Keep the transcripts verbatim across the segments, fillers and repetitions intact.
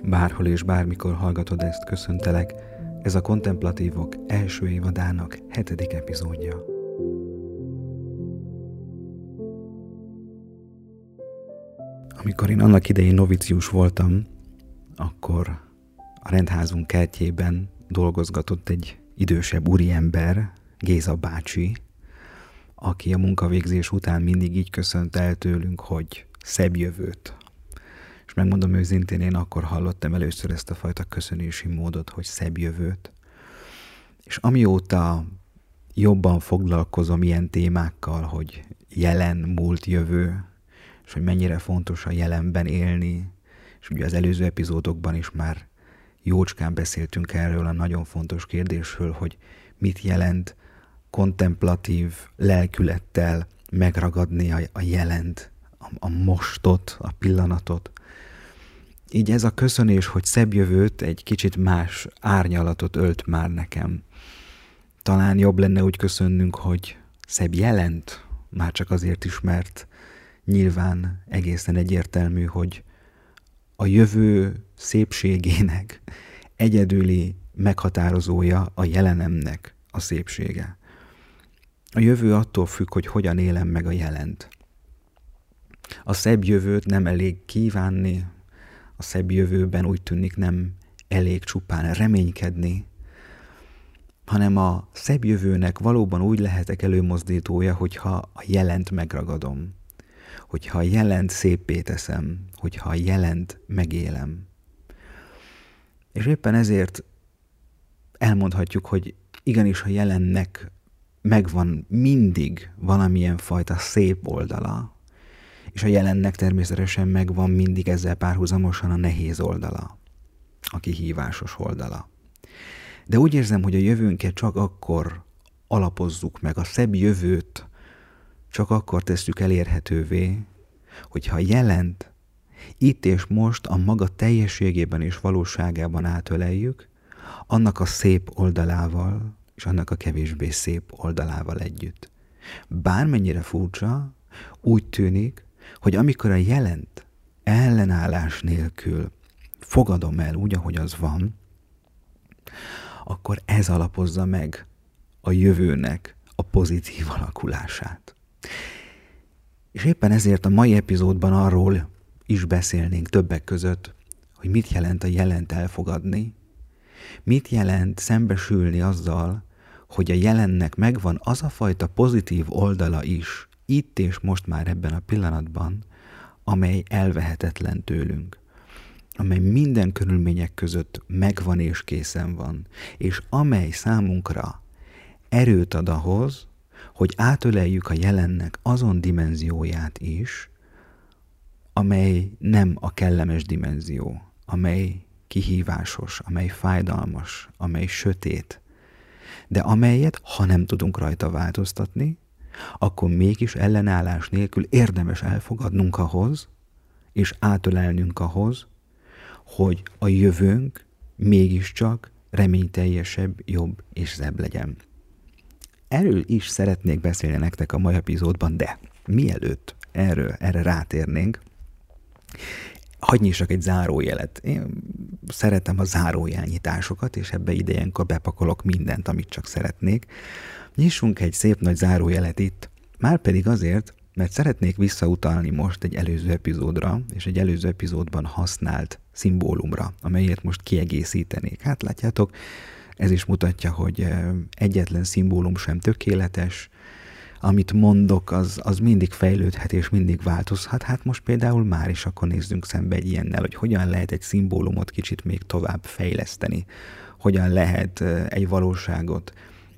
Bárhol és bármikor hallgatod ezt, köszöntelek. Ez a Kontemplatívok első évadának hetedik epizódja. Amikor én annak idején novicius voltam, akkor a rendházunk kertjében dolgozgatott egy idősebb úriember, Géza bácsi, aki a munkavégzés után mindig így köszönt el tőlünk, hogy szebb jövőt. És megmondom őszintén, én akkor hallottam először ezt a fajta köszönési módot, hogy szebb jövőt. És amióta jobban foglalkozom ilyen témákkal, hogy jelen, múlt, jövő, és hogy mennyire fontos a jelenben élni, és ugye az előző epizódokban is már jócskán beszéltünk erről a nagyon fontos kérdésről, hogy mit jelent kontemplatív lelkülettel megragadni a, a jelent, a, a mostot, a pillanatot. Így ez a köszönés, hogy szebb jövőt, egy kicsit más árnyalatot ölt már nekem. Talán jobb lenne úgy köszönnünk, hogy szebb jelent, már csak azért is, mert nyilván egészen egyértelmű, hogy a jövő szépségének egyedüli meghatározója a jelenemnek a szépsége. A jövő attól függ, hogy hogyan élem meg a jelent. A szebb jövőt nem elég kívánni, a szebb jövőben úgy tűnik nem elég csupán reménykedni, hanem a szebb jövőnek valóban úgy lehetek előmozdítója, hogyha a jelent megragadom, hogyha a jelent széppé teszem, hogyha a jelent megélem. És éppen ezért elmondhatjuk, hogy igenis a jelennek megvan mindig valamilyen fajta szép oldala, és a jelennek természetesen megvan mindig ezzel párhuzamosan a nehéz oldala, a kihívásos oldala. De úgy érzem, hogy a jövőnket csak akkor alapozzuk meg, a szebb jövőt csak akkor tesszük elérhetővé, hogyha a jelent itt és most a maga teljességében és valóságában átöleljük, annak a szép oldalával és annak a kevésbé szép oldalával együtt. Bármennyire furcsa, úgy tűnik, hogy amikor a jelent ellenállás nélkül fogadom el úgy, ahogy az van, akkor ez alapozza meg a jövőnek a pozitív alakulását. És éppen ezért a mai epizódban arról is beszélnénk többek között, hogy mit jelent a jelent elfogadni, mit jelent szembesülni azzal, hogy a jelennek megvan az a fajta pozitív oldala is, itt és most már ebben a pillanatban, amely elvehetetlen tőlünk, amely minden körülmények között megvan és készen van, és amely számunkra erőt ad ahhoz, hogy átöleljük a jelennek azon dimenzióját is, amely nem a kellemes dimenzió, amely kihívásos, amely fájdalmas, amely sötét, de amelyet, ha nem tudunk rajta változtatni, akkor mégis ellenállás nélkül érdemes elfogadnunk ahhoz, és átölelnünk ahhoz, hogy a jövőnk mégiscsak reményteljesebb, jobb és szebb legyen. Erről is szeretnék beszélni nektek a mai epizódban, de mielőtt erről, erre rátérnénk, hadd nyissak egy zárójelet. Én szeretem a zárójelnyitásokat, és ebbe idejenkor bepakolok mindent, amit csak szeretnék. Nyissunk egy szép nagy zárójelet itt, márpedig azért, mert szeretnék visszautalni most egy előző epizódra, és egy előző epizódban használt szimbólumra, amelyet most kiegészítenék. Hát látjátok, ez is mutatja, hogy egyetlen szimbólum sem tökéletes, amit mondok, az, az mindig fejlődhet és mindig változhat. Hát most például már is akkor nézzünk szembe egy ilyennel, hogy hogyan lehet egy szimbólumot kicsit még tovább fejleszteni, hogyan lehet egy valóságot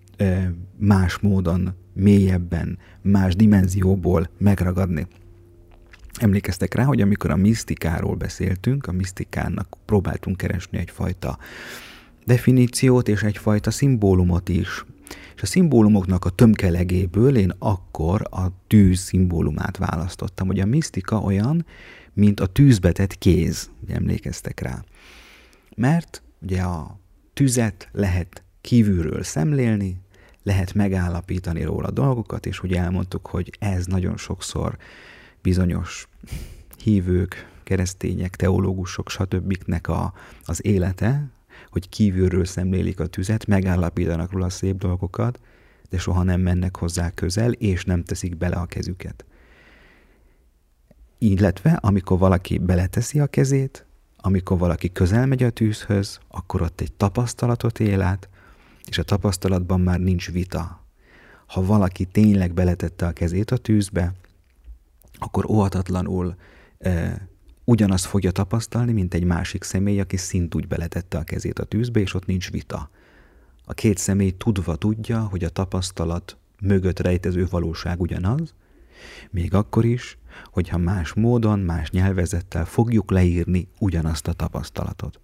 más módon, mélyebben, más dimenzióból megragadni. Emlékeztek rá, hogy amikor a misztikáról beszéltünk, a misztikának próbáltunk keresni egyfajta definíciót és egyfajta szimbólumot is. És a szimbólumoknak a tömkelegéből én akkor a tűz szimbólumát választottam, hogy a misztika olyan, mint a tűzbe tett kéz, ugye emlékeztek rá. Mert ugye a tüzet lehet kívülről szemlélni, lehet megállapítani róla dolgokat, és ugye elmondtuk, hogy ez nagyon sokszor bizonyos hívők, keresztények, teológusok, stb. A, az élete, hogy kívülről szemlélik a tüzet, megállapítanak róla szép dolgokat, de soha nem mennek hozzá közel, és nem teszik bele a kezüket. Illetve, amikor valaki beleteszi a kezét, amikor valaki közel megy a tűzhöz, akkor ott egy tapasztalatot él át, és a tapasztalatban már nincs vita. Ha valaki tényleg beletette a kezét a tűzbe, akkor óhatatlanul e, ugyanazt fogja tapasztalni, mint egy másik személy, aki szintúgy beletette a kezét a tűzbe, és ott nincs vita. A két személy tudva tudja, hogy a tapasztalat mögött rejtező valóság ugyanaz, még akkor is, hogyha más módon, más nyelvezettel fogjuk leírni ugyanazt a tapasztalatot.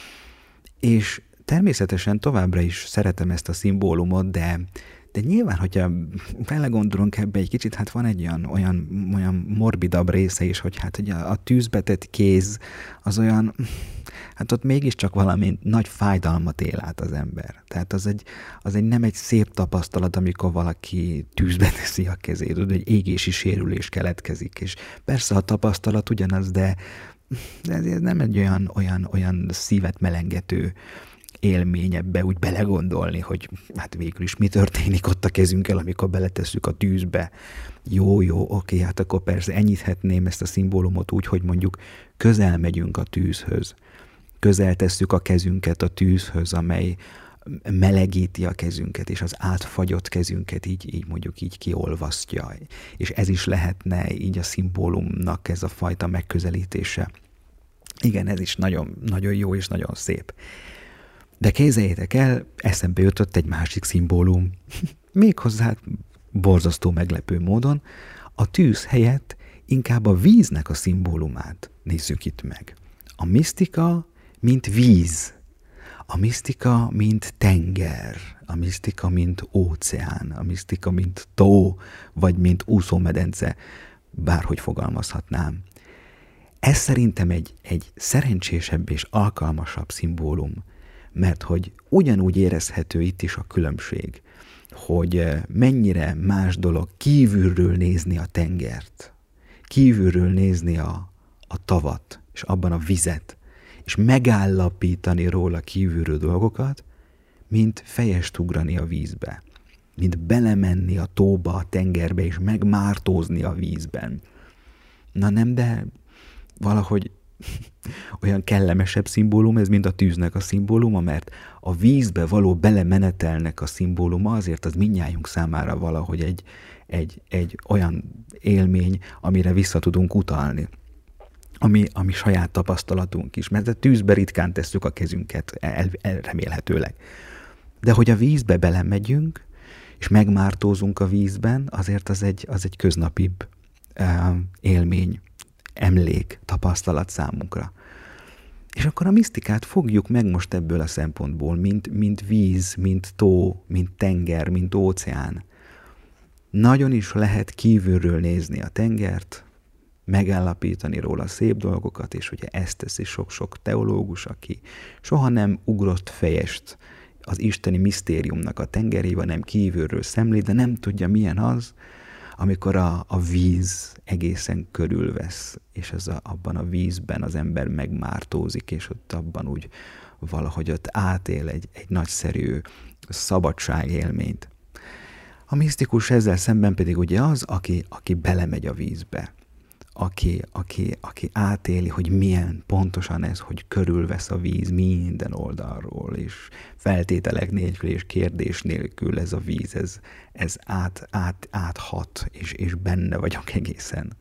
És természetesen továbbra is szeretem ezt a szimbólumot, de, de nyilván, hogyha belegondolunk ebbe egy kicsit, hát van egy olyan, olyan, olyan morbidabb része is, hogy hát hogy a, a tűzbe tett kéz az olyan, hát ott mégiscsak valami nagy fájdalmat él át az ember. Tehát az egy, az egy nem egy szép tapasztalat, amikor valaki tűzbe teszi a kezét, hogy egy égési sérülés keletkezik, és persze a tapasztalat ugyanaz, de, de ez nem egy olyan, olyan, olyan szívet melengető élmény ebbe úgy belegondolni, hogy hát végül is mi történik ott a kezünkkel, amikor beletesszük a tűzbe. Jó, jó, oké, hát akkor persze enyhíthetném ezt a szimbólumot úgy, hogy mondjuk közel megyünk a tűzhöz. Közel tesszük a kezünket a tűzhöz, amely melegíti a kezünket, és az átfagyott kezünket így, így mondjuk így kiolvasztja. És ez is lehetne így a szimbólumnak ez a fajta megközelítése. Igen, ez is nagyon, nagyon jó és nagyon szép. De képzeljétek el, eszembe jutott egy másik szimbólum. Méghozzá borzasztó meglepő módon a tűz helyett inkább a víznek a szimbólumát nézzük itt meg. A misztika, mint víz. A misztika, mint tenger. A misztika, mint óceán. A misztika, mint tó, vagy mint úszómedence. Bárhogy fogalmazhatnám. Ez szerintem egy, egy szerencsésebb és alkalmasabb szimbólum, mert hogy ugyanúgy érezhető itt is a különbség, hogy mennyire más dolog kívülről nézni a tengert, kívülről nézni a, a tavat, és abban a vizet, és megállapítani róla kívülről dolgokat, mint fejest ugrani a vízbe, mint belemenni a tóba, a tengerbe, és megmártózni a vízben. Na nem, de valahogy olyan kellemesebb szimbólum ez, mint a tűznek a szimbóluma, mert a vízbe való belemenetelnek a szimbóluma azért az mindnyájunk számára valahogy egy, egy, egy olyan élmény, amire vissza tudunk utalni. Ami, ami saját tapasztalatunk is, mert a tűzbe ritkán tesszük a kezünket, el, el, remélhetőleg. De hogy a vízbe belemegyünk, és megmártózunk a vízben, azért az egy, az egy köznapibb uh, élmény, emlék, tapasztalat számunkra. És akkor a misztikát fogjuk meg most ebből a szempontból, mint, mint víz, mint tó, mint tenger, mint óceán. Nagyon is lehet kívülről nézni a tengert, megállapítani róla szép dolgokat, és ugye ezt teszi sok-sok teológus, aki soha nem ugrott fejest az isteni misztériumnak a tengerébe, nem kívülről szemlél, de nem tudja, milyen az, amikor a, a víz egészen körülvesz, és ez a, abban a vízben az ember megmártózik, és ott abban úgy valahogy ott átél egy, egy nagyszerű szabadságélményt. A misztikus ezzel szemben pedig ugye az, aki, aki belemegy a vízbe, aki, aki, aki átéli, hogy milyen pontosan ez, hogy körülvesz a víz minden oldalról, és feltételek nélkül és kérdés nélkül ez a víz, ez, ez át, át, áthat, és, és benne vagyok egészen.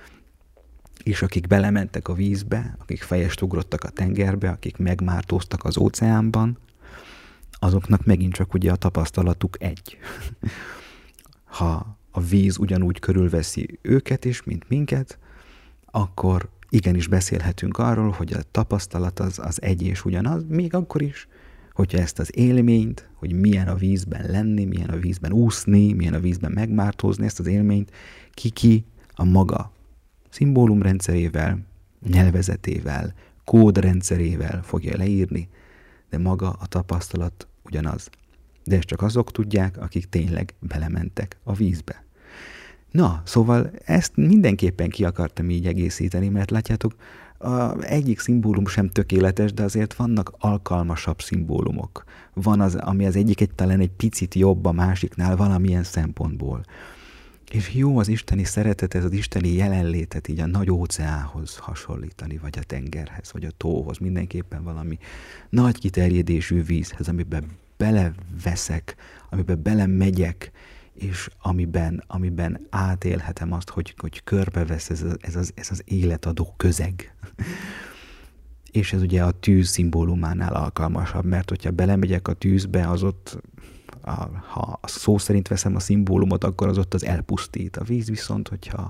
És akik belementek a vízbe, akik fejest ugrottak a tengerbe, akik megmártóztak az óceánban, azoknak megint csak ugye a tapasztalatuk egy. Ha a víz ugyanúgy körülveszi őket is, mint minket, akkor igenis beszélhetünk arról, hogy a tapasztalat az, az egy és ugyanaz, még akkor is, hogyha ezt az élményt, hogy milyen a vízben lenni, milyen a vízben úszni, milyen a vízben megmártózni, ezt az élményt ki-ki a maga szimbólumrendszerével, nyelvezetével, kódrendszerével fogja leírni, de maga a tapasztalat ugyanaz. De ezt csak azok tudják, akik tényleg belementek a vízbe. Na, szóval ezt mindenképpen ki akartam így egészíteni, mert látjátok, a egyik szimbólum sem tökéletes, de azért vannak alkalmasabb szimbólumok. Van az, ami az egyik egy talán egy picit jobb a másiknál valamilyen szempontból. És jó az isteni szeretetet, az isteni jelenlétet így a nagy óceánhoz hasonlítani, vagy a tengerhez, vagy a tóhoz, mindenképpen valami nagy kiterjedésű vízhez, amiben beleveszek, amiben belemegyek, és amiben, amiben átélhetem azt, hogy, hogy körbevesz ez, a, ez, az, ez az életadó közeg. És ez ugye a tűz szimbólumánál alkalmasabb, mert hogyha belemegyek a tűzbe, az ott, a, ha a szó szerint veszem a szimbólumot, akkor az ott az elpusztít. A víz viszont, hogyha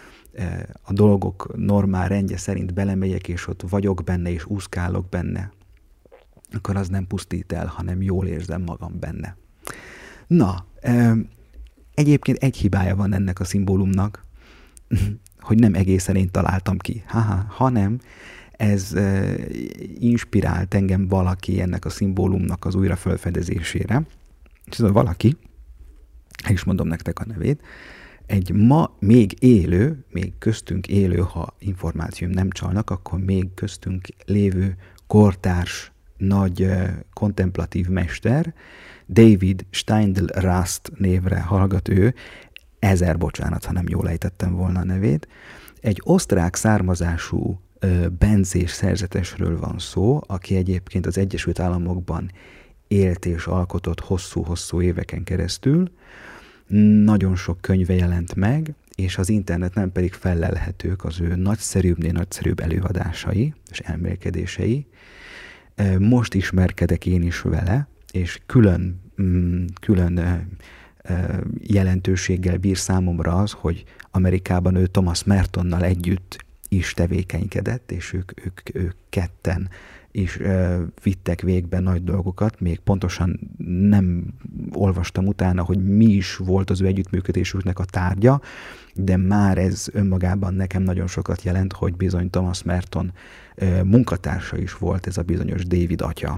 a dolgok normál rendje szerint belemegyek, és ott vagyok benne, és úszkálok benne, akkor az nem pusztít el, hanem jól érzem magam benne. Na, egyébként egy hibája van ennek a szimbólumnak, hogy nem egészen én találtam ki, Haha, hanem ez inspirált engem valaki ennek a szimbólumnak az újra felfedezésére. És ez a valaki, el is mondom nektek a nevét, egy ma még élő, még köztünk élő, ha információm nem csalnak, akkor még köztünk lévő kortárs, nagy kontemplatív mester, David Steindl-Rast névre hallgat ő, ezer bocsánat, ha nem jól ejtettem volna a nevét. Egy osztrák származású ö, benzés szerzetesről van szó, aki egyébként az Egyesült Államokban élt és alkotott hosszú-hosszú éveken keresztül. Nagyon sok könyve jelent meg, és az interneten pedig fellelhetők az ő nagyszerűbbnél nagyszerűbb előadásai és elmélkedései. Most ismerkedek én is vele, és külön, külön jelentőséggel bír számomra az, hogy Amerikában ő Thomas Mertonnal együtt is tevékenykedett, és ők, ők, ők ketten is vittek végbe nagy dolgokat. Még pontosan nem olvastam utána, hogy mi is volt az ő együttműködésüknek a tárgya, de már ez önmagában nekem nagyon sokat jelent, hogy bizony Thomas Merton munkatársa is volt ez a bizonyos David atya.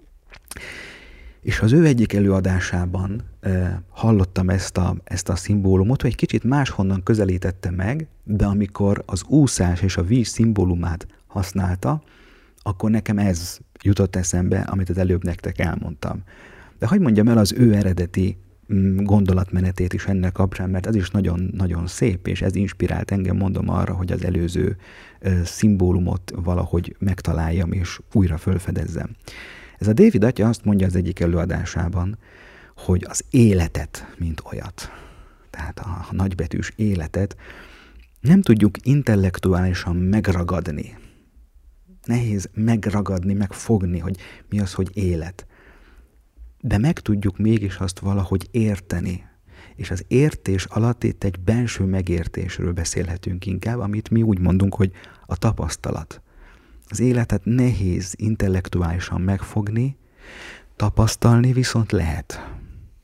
És az ő egyik előadásában e, hallottam ezt a, ezt a szimbólumot, hogy egy kicsit máshonnan közelítette meg, de amikor az úszás és a víz szimbólumát használta, akkor nekem ez jutott eszembe, amit az előbb nektek elmondtam. De hogy mondjam el az ő eredeti gondolatmenetét is ennek kapcsán, mert ez is nagyon-nagyon szép, és ez inspirált engem, mondom, arra, hogy az előző e, szimbólumot valahogy megtaláljam és újra fölfedezzem. Ez a David atya azt mondja az egyik előadásában, hogy az életet, mint olyat, tehát a nagybetűs életet nem tudjuk intellektuálisan megragadni. Nehéz megragadni, megfogni, hogy mi az, hogy élet. De meg tudjuk mégis azt valahogy érteni. És az értés alatt itt egy benső megértésről beszélhetünk inkább, amit mi úgy mondunk, hogy a tapasztalat. Az életet nehéz intellektuálisan megfogni, tapasztalni viszont lehet.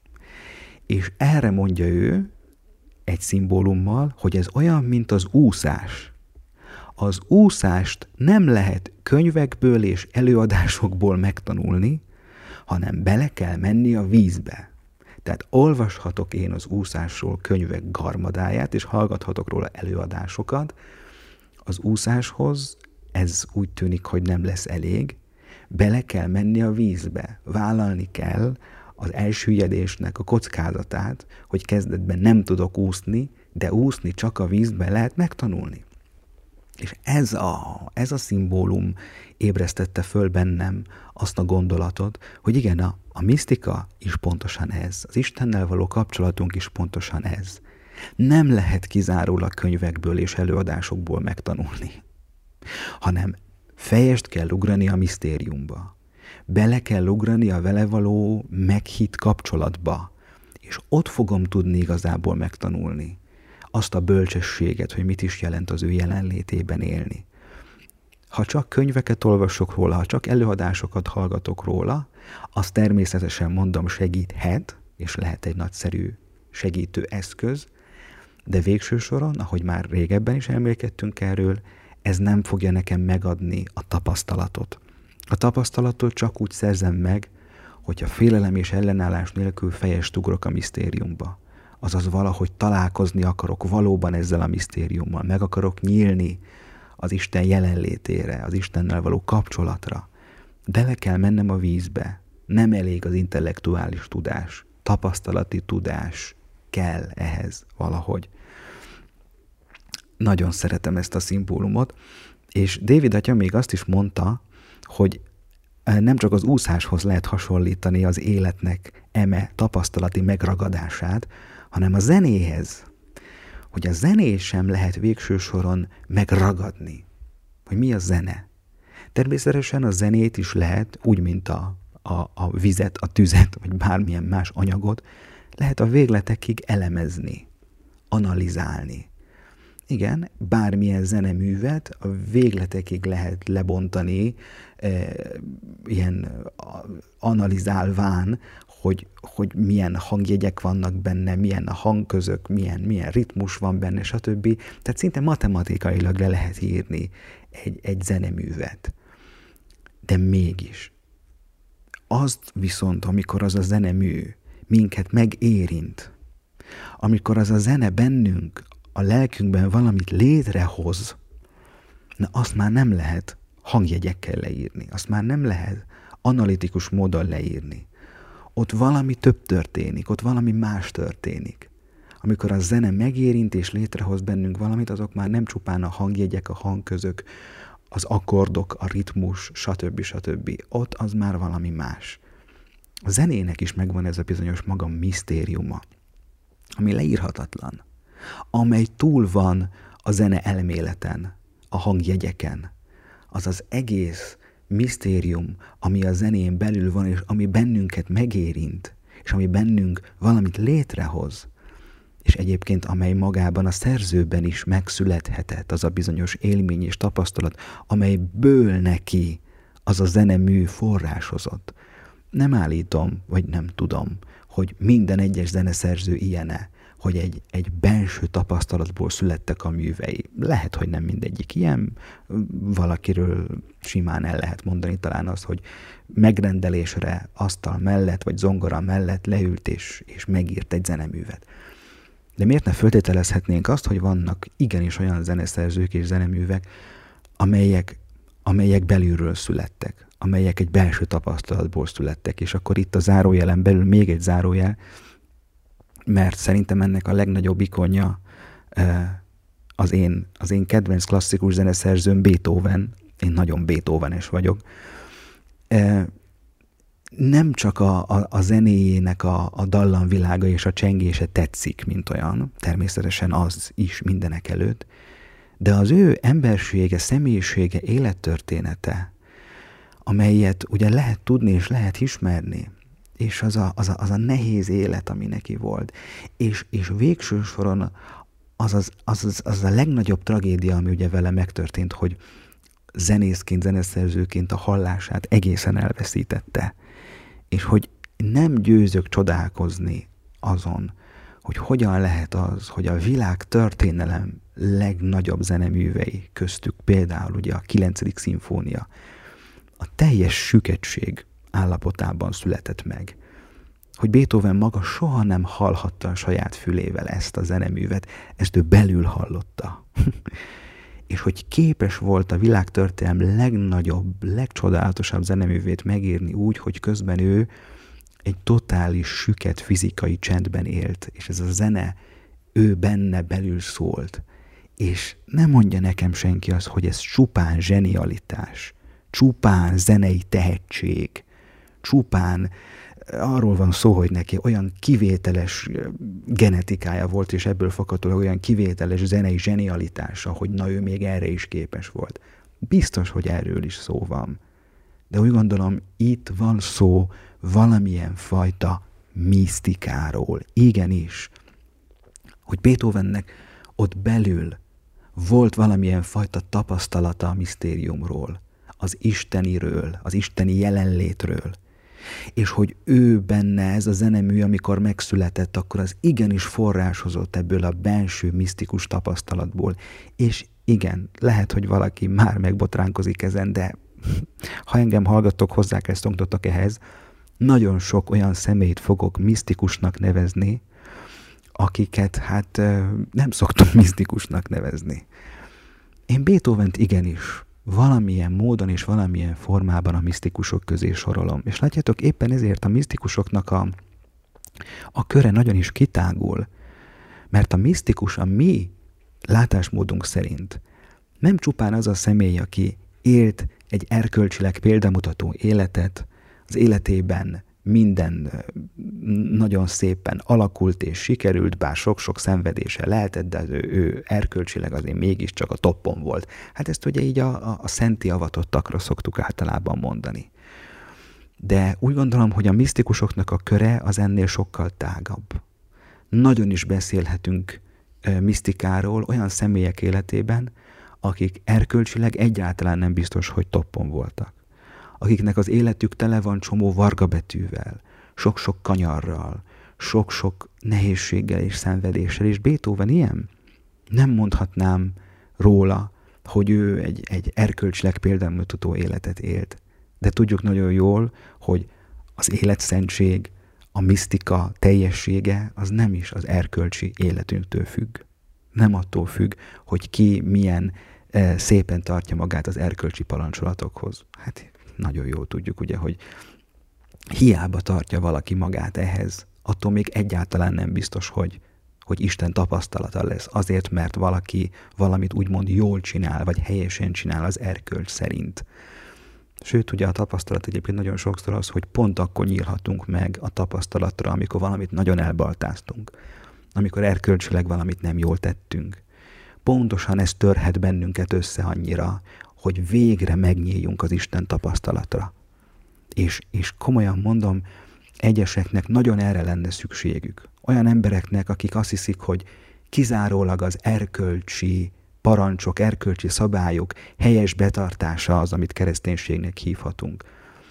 És erre mondja ő egy szimbólummal, hogy ez olyan, mint az úszás. Az úszást nem lehet könyvekből és előadásokból megtanulni, hanem bele kell menni a vízbe. Tehát olvashatok én az úszásról könyvek garmadáját, és hallgathatok róla előadásokat. Az úszáshoz ez úgy tűnik, hogy nem lesz elég, bele kell menni a vízbe, vállalni kell az elsüllyedésnek a kockázatát, hogy kezdetben nem tudok úszni, de úszni csak a vízben lehet megtanulni. És ez a, ez a szimbólum ébresztette föl bennem azt a gondolatot, hogy igen, a, a misztika is pontosan ez, az Istennel való kapcsolatunk is pontosan ez. Nem lehet kizárólag könyvekből és előadásokból megtanulni, hanem fejest kell ugrani a misztériumba. Bele kell ugrani a vele való meghitt kapcsolatba, és ott fogom tudni igazából megtanulni azt a bölcsességet, hogy mit is jelent az ő jelenlétében élni. Ha csak könyveket olvasok róla, ha csak előadásokat hallgatok róla, az természetesen mondom segíthet, és lehet egy nagyszerű segítő eszköz, de végső soron, ahogy már régebben is elmélkedtünk erről, ez nem fogja nekem megadni a tapasztalatot. A tapasztalatot csak úgy szerzem meg, hogyha félelem és ellenállás nélkül fejest ugrok a misztériumba. Azaz valahogy találkozni akarok valóban ezzel a misztériummal, meg akarok nyílni az Isten jelenlétére, az Istennel való kapcsolatra. Bele kell mennem a vízbe. Nem elég az intellektuális tudás. Tapasztalati tudás kell ehhez valahogy. Nagyon szeretem ezt a szimbólumot, és David atya még azt is mondta, hogy nem csak az úszáshoz lehet hasonlítani az életnek eme tapasztalati megragadását, hanem a zenéhez, hogy a zenét sem lehet végső soron megragadni. Hogy mi a zene? Természetesen a zenét is lehet, úgy, mint a, a, a vizet, a tüzet, vagy bármilyen más anyagot, lehet a végletekig elemezni, analizálni. Igen, bármilyen zeneművet a végletekig lehet lebontani, e, ilyen analizálván, hogy, hogy milyen hangjegyek vannak benne, milyen a hangközök, milyen, milyen ritmus van benne, stb. Tehát szinte matematikailag le lehet írni egy, egy zeneművet. De mégis. Azt viszont, amikor az a zenemű minket megérint, amikor az a zene bennünk, a lelkünkben valamit létrehoz, na azt már nem lehet hangjegyekkel leírni, azt már nem lehet analitikus módon leírni. Ott valami több történik, ott valami más történik. Amikor a zene megérint és létrehoz bennünk valamit, azok már nem csupán a hangjegyek, a hangközök, az akkordok, a ritmus, stb. stb. Ott az már valami más. A zenének is megvan ez a bizonyos maga misztériuma, ami leírhatatlan, amely túl van a zene elméleten, a hangjegyeken. Az az egész misztérium, ami a zenén belül van, és ami bennünket megérint, és ami bennünk valamit létrehoz, és egyébként amely magában a szerzőben is megszülethetett, az a bizonyos élmény és tapasztalat, amelyből neki az a zenemű forráshozott. Nem állítom, vagy nem tudom, hogy minden egyes zeneszerző ilyene, hogy egy, egy belső tapasztalatból születtek a művei. Lehet, hogy nem mindegyik ilyen. Valakiről simán el lehet mondani talán az, hogy megrendelésre, asztal mellett, vagy zongora mellett leült és, és megírt egy zeneművet. De miért ne feltételezhetnénk azt, hogy vannak igenis olyan zeneszerzők és zeneművek, amelyek, amelyek belülről születtek, amelyek egy belső tapasztalatból születtek, és akkor itt a zárójelen belül még egy zárójel, mert szerintem ennek a legnagyobb ikonja az én, az én kedvenc klasszikus zeneszerzőm Beethoven. Én nagyon Beethovenes vagyok. Nem csak a, a, a zenéjének a, a dallamvilága és a csengése tetszik, mint olyan, természetesen az is mindenek előtt, de az ő embersége, személyisége, élettörténete, amelyet ugye lehet tudni és lehet ismerni, és az a, az, a, az a nehéz élet, ami neki volt. És, és végső soron az, az, az, az, az a legnagyobb tragédia, ami ugye vele megtörtént, hogy zenészként, zeneszerzőként a hallását egészen elveszítette. És hogy nem győzök csodálkozni azon, hogy hogyan lehet az, hogy a világ történelem legnagyobb zeneművei köztük például ugye a kilencedik szimfónia a teljes süketség állapotában született meg. Hogy Beethoven maga soha nem hallhatta a saját fülével ezt a zeneművet, ezt ő belül hallotta. És hogy képes volt a világtörténelem legnagyobb, legcsodálatosabb zeneművét megírni úgy, hogy közben ő egy totális süket fizikai csendben élt, és ez a zene ő benne belül szólt. És nem mondja nekem senki az, hogy ez csupán zsenialitás, csupán zenei tehetség, csupán arról van szó, hogy neki olyan kivételes genetikája volt, és ebből fakadólag olyan kivételes zenei zsenialitása, hogy na ő még erre is képes volt. Biztos, hogy erről is szó van. De úgy gondolom, itt van szó valamilyen fajta misztikáról. Igenis, hogy Beethovennek ott belül volt valamilyen fajta tapasztalata a misztériumról, az isteniről, az isteni jelenlétről, és hogy ő benne ez a zenemű, amikor megszületett, akkor az igenis forrás hozott ebből a belső misztikus tapasztalatból. És igen, lehet, hogy valaki már megbotránkozik ezen, de ha engem hallgattok, hozzá kell szoktatok ehhez, nagyon sok olyan személyt fogok misztikusnak nevezni, akiket hát nem szoktunk misztikusnak nevezni. Én Beethovent igenis valamilyen módon és valamilyen formában a misztikusok közé sorolom. És látjátok, éppen ezért a misztikusoknak a, a köre nagyon is kitágul, mert a misztikus a mi látásmódunk szerint nem csupán az a személy, aki élt egy erkölcsileg példamutató életet, az életében minden nagyon szépen alakult és sikerült, bár sok-sok szenvedése lehetett, de ő, ő erkölcsileg azért mégiscsak a toppon volt. Hát ezt ugye így a, a, a szenti avatottakra szoktuk általában mondani. De úgy gondolom, hogy a misztikusoknak a köre az ennél sokkal tágabb. Nagyon is beszélhetünk e, misztikáról olyan személyek életében, akik erkölcsileg egyáltalán nem biztos, hogy toppon voltak. Akiknek az életük tele van csomó vargabetűvel, sok-sok kanyarral, sok-sok nehézséggel és szenvedéssel, és Beethoven ilyen. Nem mondhatnám róla, hogy ő egy, egy erkölcsileg példamutató életet élt. De tudjuk nagyon jól, hogy az életszentség, a misztika teljessége az nem is az erkölcsi életünktől függ. Nem attól függ, hogy ki milyen e, szépen tartja magát az erkölcsi parancsolatokhoz. Hát nagyon jól tudjuk, ugye, hogy hiába tartja valaki magát ehhez, attól még egyáltalán nem biztos, hogy, hogy Isten tapasztalata lesz. Azért, mert valaki valamit úgymond jól csinál, vagy helyesen csinál az erkölcs szerint. Sőt, ugye a tapasztalat egyébként nagyon sokszor az, hogy pont akkor nyílhatunk meg a tapasztalatra, amikor valamit nagyon elbaltáztunk, amikor erkölcsileg valamit nem jól tettünk. Pontosan ez törhet bennünket össze annyira, hogy végre megnyíljunk az Isten tapasztalatra. És, és komolyan mondom, egyeseknek nagyon erre lenne szükségük. Olyan embereknek, akik azt hiszik, hogy kizárólag az erkölcsi parancsok, erkölcsi szabályok helyes betartása az, amit kereszténységnek hívhatunk.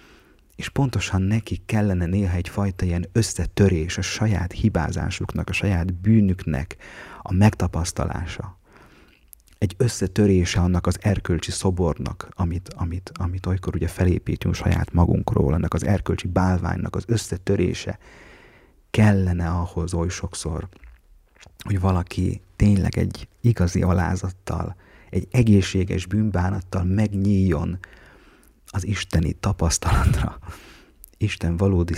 És pontosan nekik kellene néha egyfajta ilyen összetörés a saját hibázásuknak, a saját bűnüknek a megtapasztalása. Egy összetörése annak az erkölcsi szobornak, amit, amit, amit olykor ugye felépítünk saját magunkról, annak az erkölcsi bálványnak az összetörése kellene ahhoz oly sokszor, hogy valaki tényleg egy igazi alázattal, egy egészséges bűnbánattal megnyíljon az isteni tapasztalatra, Isten valódi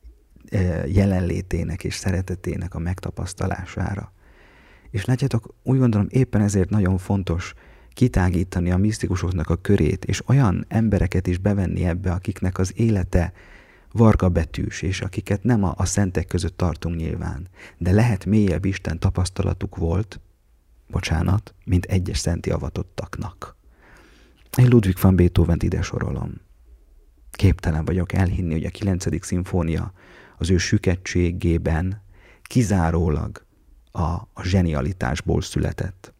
jelenlétének és szeretetének a megtapasztalására. És látjátok, úgy gondolom éppen ezért nagyon fontos kitágítani a misztikusoknak a körét, és olyan embereket is bevenni ebbe, akiknek az élete vargabetűs, és akiket nem a, a szentek között tartunk nyilván, de lehet mélyebb Isten tapasztalatuk volt, bocsánat, mint egyes szenti avatottaknak. Én Ludwig van Beethovent ide sorolom. Képtelen vagyok elhinni, hogy a kilencedik szimfónia az ő süketségében kizárólag a, a zsenialitásból született.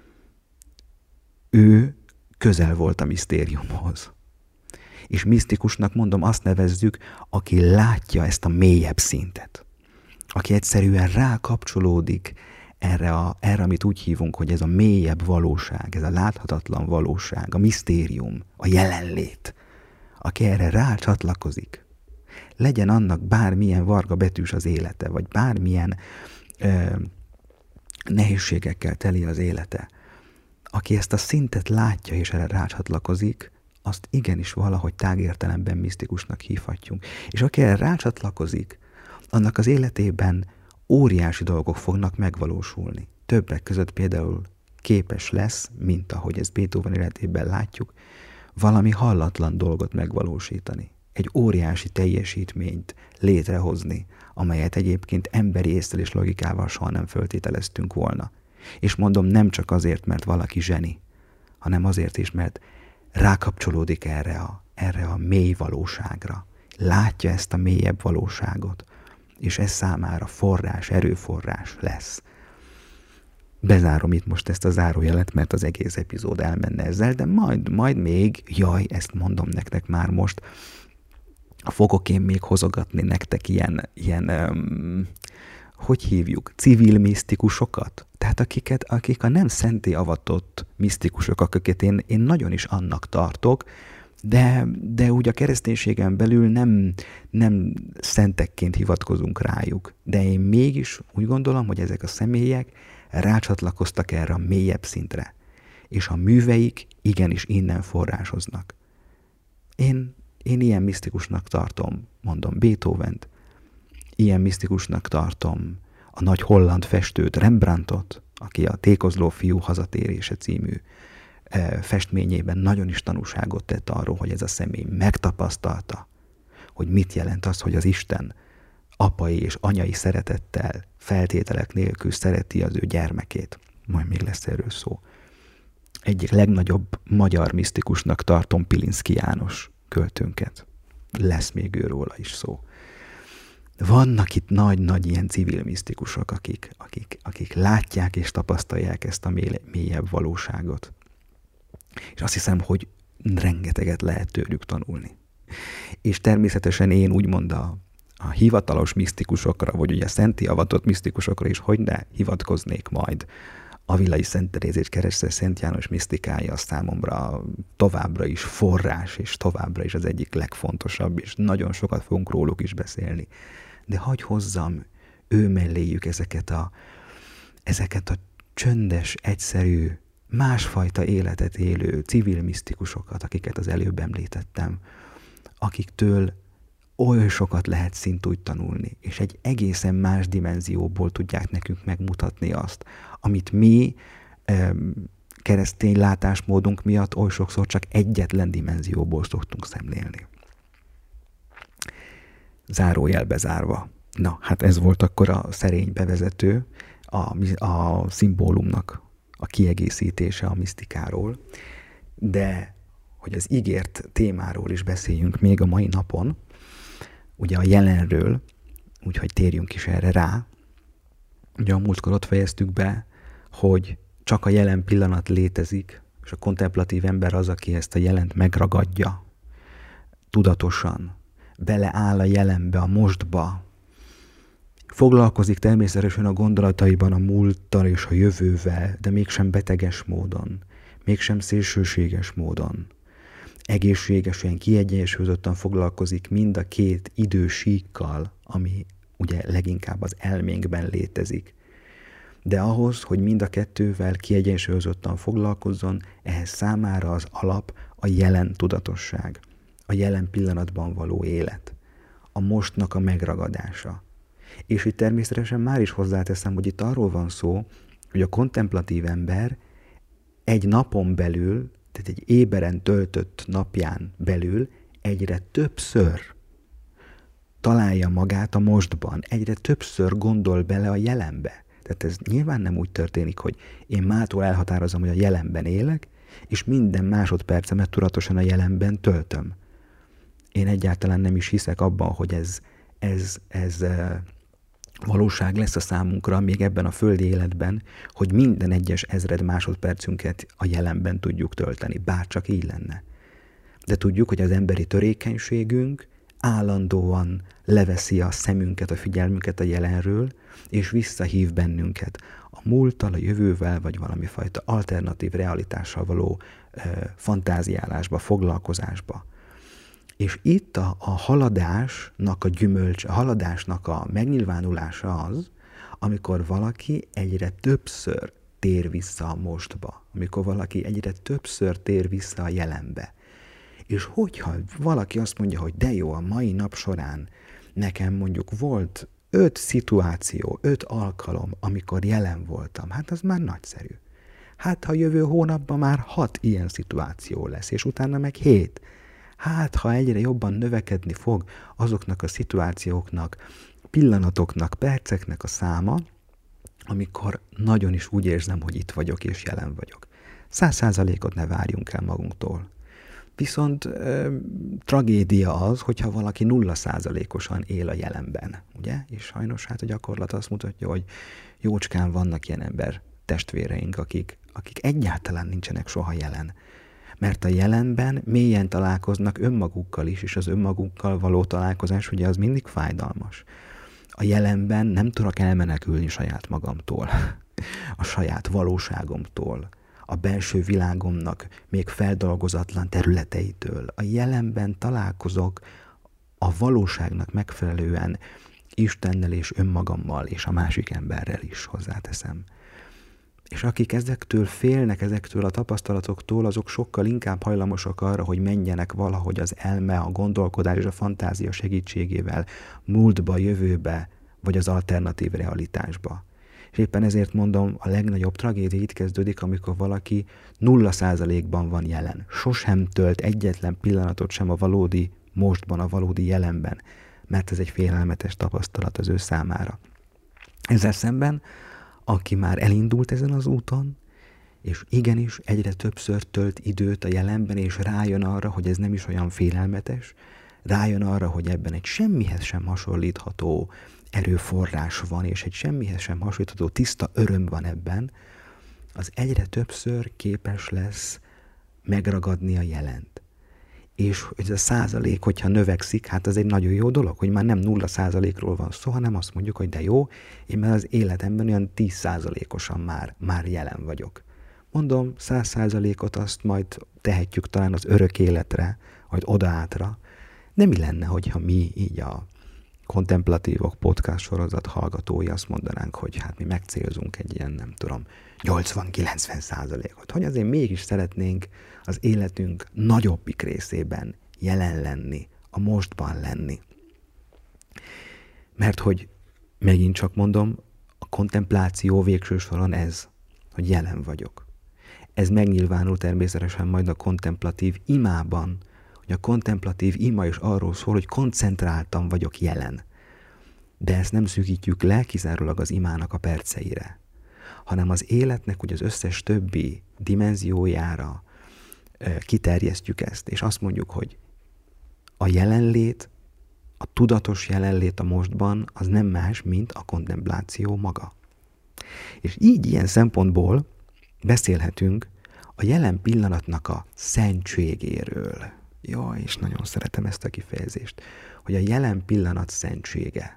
Ő közel volt a misztériumhoz. És misztikusnak mondom, azt nevezzük, aki látja ezt a mélyebb szintet. Aki egyszerűen rákapcsolódik erre, a, erre, amit úgy hívunk, hogy ez a mélyebb valóság, ez a láthatatlan valóság, a misztérium, a jelenlét. Aki erre rácsatlakozik, legyen annak bármilyen varga betűs az élete, vagy bármilyen ö, nehézségekkel teli az élete. Aki ezt a szintet látja és erre rácsatlakozik, azt igenis valahogy tágértelemben misztikusnak hívhatjuk. És aki erre rácsatlakozik, annak az életében óriási dolgok fognak megvalósulni. Többek között például képes lesz, mint ahogy ezt Beethoven életében látjuk, valami hallatlan dolgot megvalósítani. Egy óriási teljesítményt létrehozni, amelyet egyébként emberi észre és logikával soha nem föltételeztünk volna. És mondom, nem csak azért, mert valaki zseni, hanem azért is, mert rákapcsolódik erre a, erre a mély valóságra. Látja ezt a mélyebb valóságot, és ez számára forrás, erőforrás lesz. Bezárom itt most ezt a zárójelet, mert az egész epizód elmenne ezzel, de majd, majd még, jaj, ezt mondom nektek már most, fogok én még hozogatni nektek ilyen, ilyen um, hogy hívjuk, civil misztikusokat? Tehát akiket, akik a nem szenté avatott misztikusok, akiket én, én nagyon is annak tartok, de, de úgy a kereszténységen belül nem, nem szentekként hivatkozunk rájuk. De én mégis úgy gondolom, hogy ezek a személyek rácsatlakoztak erre a mélyebb szintre. és a műveik igenis innen forrásoznak. Én, én ilyen misztikusnak tartom, mondom, Beethovent, ilyen misztikusnak tartom a nagy holland festőt, Rembrandtot, aki a Tékozló fiú hazatérése című festményében nagyon is tanúságot tett arról, hogy ez a személy megtapasztalta, hogy mit jelent az, hogy az Isten apai és anyai szeretettel, feltételek nélkül szereti az ő gyermekét. Majd még lesz erről szó. Egyik legnagyobb magyar misztikusnak tartom Pilinszky János költőnket. Lesz még őróla is szó. Vannak itt nagy-nagy ilyen civil misztikusok, akik, akik, akik látják és tapasztalják ezt a mélyebb valóságot. És azt hiszem, hogy rengeteget lehet tőlük tanulni. És természetesen én úgymond a, a hivatalos misztikusokra, vagy ugye szenti avatott misztikusokra is, hogy ne hivatkoznék majd. Avilai Szent Terézés Keresztes Szent János misztikája számomra továbbra is forrás, és továbbra is az egyik legfontosabb, és nagyon sokat fogunk róluk is beszélni. De hagy hozzam ő melléjük ezeket a, ezeket a csöndes, egyszerű, másfajta életet élő civil misztikusokat, akiket az előbb említettem, akiktől oly sokat lehet szintúgy tanulni, és egy egészen más dimenzióból tudják nekünk megmutatni azt, amit mi keresztény látásmódunk miatt oly sokszor csak egyetlen dimenzióból szoktunk szemlélni. Zárójelbe zárva. Na, hát ez volt akkor a szerény bevezető, a, a szimbólumnak a kiegészítése a misztikáról, de hogy az ígért témáról is beszéljünk még a mai napon, ugye a jelenről, úgyhogy térjünk is erre rá. Ugye a múltkor ott fejeztük be, hogy csak a jelen pillanat létezik, és a kontemplatív ember az, aki ezt a jelent megragadja, tudatosan, beleáll a jelenbe, a mostba, foglalkozik természetesen a gondolataiban a múlttal és a jövővel, de mégsem beteges módon, mégsem szélsőséges módon. Egészségesen, kiegyensúlyozottan foglalkozik mind a két idősíkkal, ami ugye leginkább az elménkben létezik. De ahhoz, hogy mind a kettővel kiegyensúlyozottan foglalkozzon, ehhez számára az alap a jelen tudatosság, a jelen pillanatban való élet, a mostnak a megragadása. És itt természetesen már is hozzáteszem, hogy itt arról van szó, hogy a kontemplatív ember egy napon belül, tehát egy éberen töltött napján belül egyre többször találja magát a mostban, egyre többször gondol bele a jelenbe. Tehát ez nyilván nem úgy történik, hogy én mától elhatározom, hogy a jelenben élek, és minden másodpercemet tudatosan a jelenben töltöm. Én egyáltalán nem is hiszek abban, hogy ez, ez, ez valóság lesz a számunkra, még ebben a földi életben, hogy minden egyes ezred másodpercünket a jelenben tudjuk tölteni, bárcsak így lenne. De tudjuk, hogy az emberi törékenységünk állandóan leveszi a szemünket, a figyelmünket a jelenről, és visszahív bennünket a múlttal, a jövővel, vagy valami fajta alternatív realitással való ö, fantáziálásba, foglalkozásba. És itt a, a haladásnak a gyümölcs, a haladásnak a megnyilvánulása az, amikor valaki egyre többször tér vissza a mostba, amikor valaki egyre többször tér vissza a jelenbe. És hogyha valaki azt mondja, hogy de jó, a mai nap során nekem mondjuk volt öt szituáció, öt alkalom, amikor jelen voltam, hát az már nagyszerű. Hát ha jövő hónapban már hat ilyen szituáció lesz, és utána meg hét. Hát, ha egyre jobban növekedni fog azoknak a szituációknak, pillanatoknak, perceknek a száma, amikor nagyon is úgy érzem, hogy itt vagyok és jelen vagyok. Száz százalékot ne várjunk el magunktól. Viszont ö, tragédia az, hogyha valaki nulla százalékosan él a jelenben, ugye? És sajnos hát a gyakorlat azt mutatja, hogy jócskán vannak ilyen ember testvéreink, akik, akik egyáltalán nincsenek soha jelen. Mert a jelenben mélyen találkoznak önmagukkal is, és az önmagukkal való találkozás ugye az mindig fájdalmas. A jelenben nem tudok elmenekülni saját magamtól, a saját valóságomtól, a belső világomnak még feldolgozatlan területeitől. A jelenben találkozok a valóságnak megfelelően Istennel és önmagammal, és a másik emberrel is, hozzáteszem. És akik ezektől félnek, ezektől a tapasztalatoktól, azok sokkal inkább hajlamosak arra, hogy menjenek valahogy az elme, a gondolkodás és a fantázia segítségével múltba, jövőbe, vagy az alternatív realitásba. És éppen ezért mondom, a legnagyobb tragédia itt kezdődik, amikor valaki nulla százalékban van jelen. Sosem tölt egyetlen pillanatot sem a valódi mostban, a valódi jelenben, mert ez egy félelmetes tapasztalat az ő számára. Ezzel szemben, aki már elindult ezen az úton, és igenis egyre többször tölt időt a jelenben, és rájön arra, hogy ez nem is olyan félelmetes, rájön arra, hogy ebben egy semmihez sem hasonlítható erőforrás van, és egy semmihez sem hasonlítható tiszta öröm van ebben, az egyre többször képes lesz megragadni a jelent. És ez a százalék, hogyha növekszik, hát az egy nagyon jó dolog, hogy már nem nulla százalékról van szó, hanem azt mondjuk, hogy de jó, én már az életemben olyan tíz százalékosan már, már jelen vagyok. Mondom, száz százalékot azt majd tehetjük talán az örök életre, vagy odaátra, de mi lenne, hogyha mi így a kontemplatívok podcast sorozat hallgatói azt mondanánk, hogy hát mi megcélzunk egy ilyen, nem tudom, nyolcvan-kilencven százalékot, hogy azért mégis szeretnénk az életünk nagyobbik részében jelen lenni, a mostban lenni. Mert hogy megint csak mondom, a kontempláció végső soron ez, hogy jelen vagyok. Ez megnyilvánul természetesen majd a kontemplatív imában, hogy a kontemplatív ima is arról szól, hogy koncentráltan vagyok jelen. De ezt nem szűkítjük le kizárólag az imának a perceire, hanem az életnek ugye az összes többi dimenziójára kiterjesztjük ezt, és azt mondjuk, hogy a jelenlét, a tudatos jelenlét a mostban az nem más, mint a kontempláció maga. És így ilyen szempontból beszélhetünk a jelen pillanatnak a szentségéről. Jaj, és nagyon szeretem ezt a kifejezést, hogy a jelen pillanat szentsége.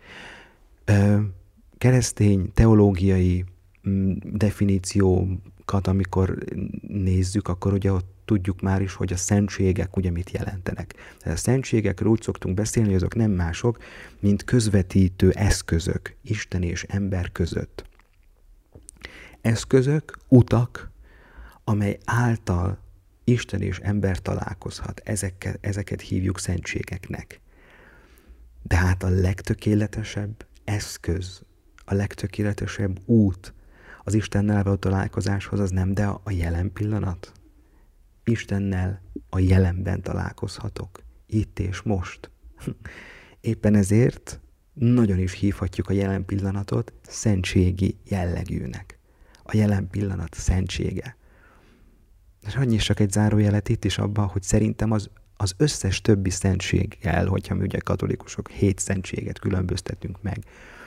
Ö, keresztény teológiai m, definíciókat, amikor nézzük, akkor ugye ott tudjuk már is, hogy a szentségek ugye mit jelentenek. Tehát a szentségekről úgy szoktunk beszélni, hogy azok nem mások, mint közvetítő eszközök Isten és ember között. Eszközök, utak, amely által Isten és ember találkozhat. Ezeket, ezeket hívjuk szentségeknek. De hát a legtökéletesebb eszköz, a legtökéletesebb út az Istennel való találkozáshoz az nem, de a jelen pillanat. Istennel a jelenben találkozhatok. Itt és most. Éppen ezért nagyon is hívhatjuk a jelen pillanatot szentségi jellegűnek. A jelen pillanat szentsége. És hagyj csak egy zárójelet itt is abban, hogy szerintem az, az összes többi szentséggel, hogyha mi ugye katolikusok hét szentséget különböztetünk meg,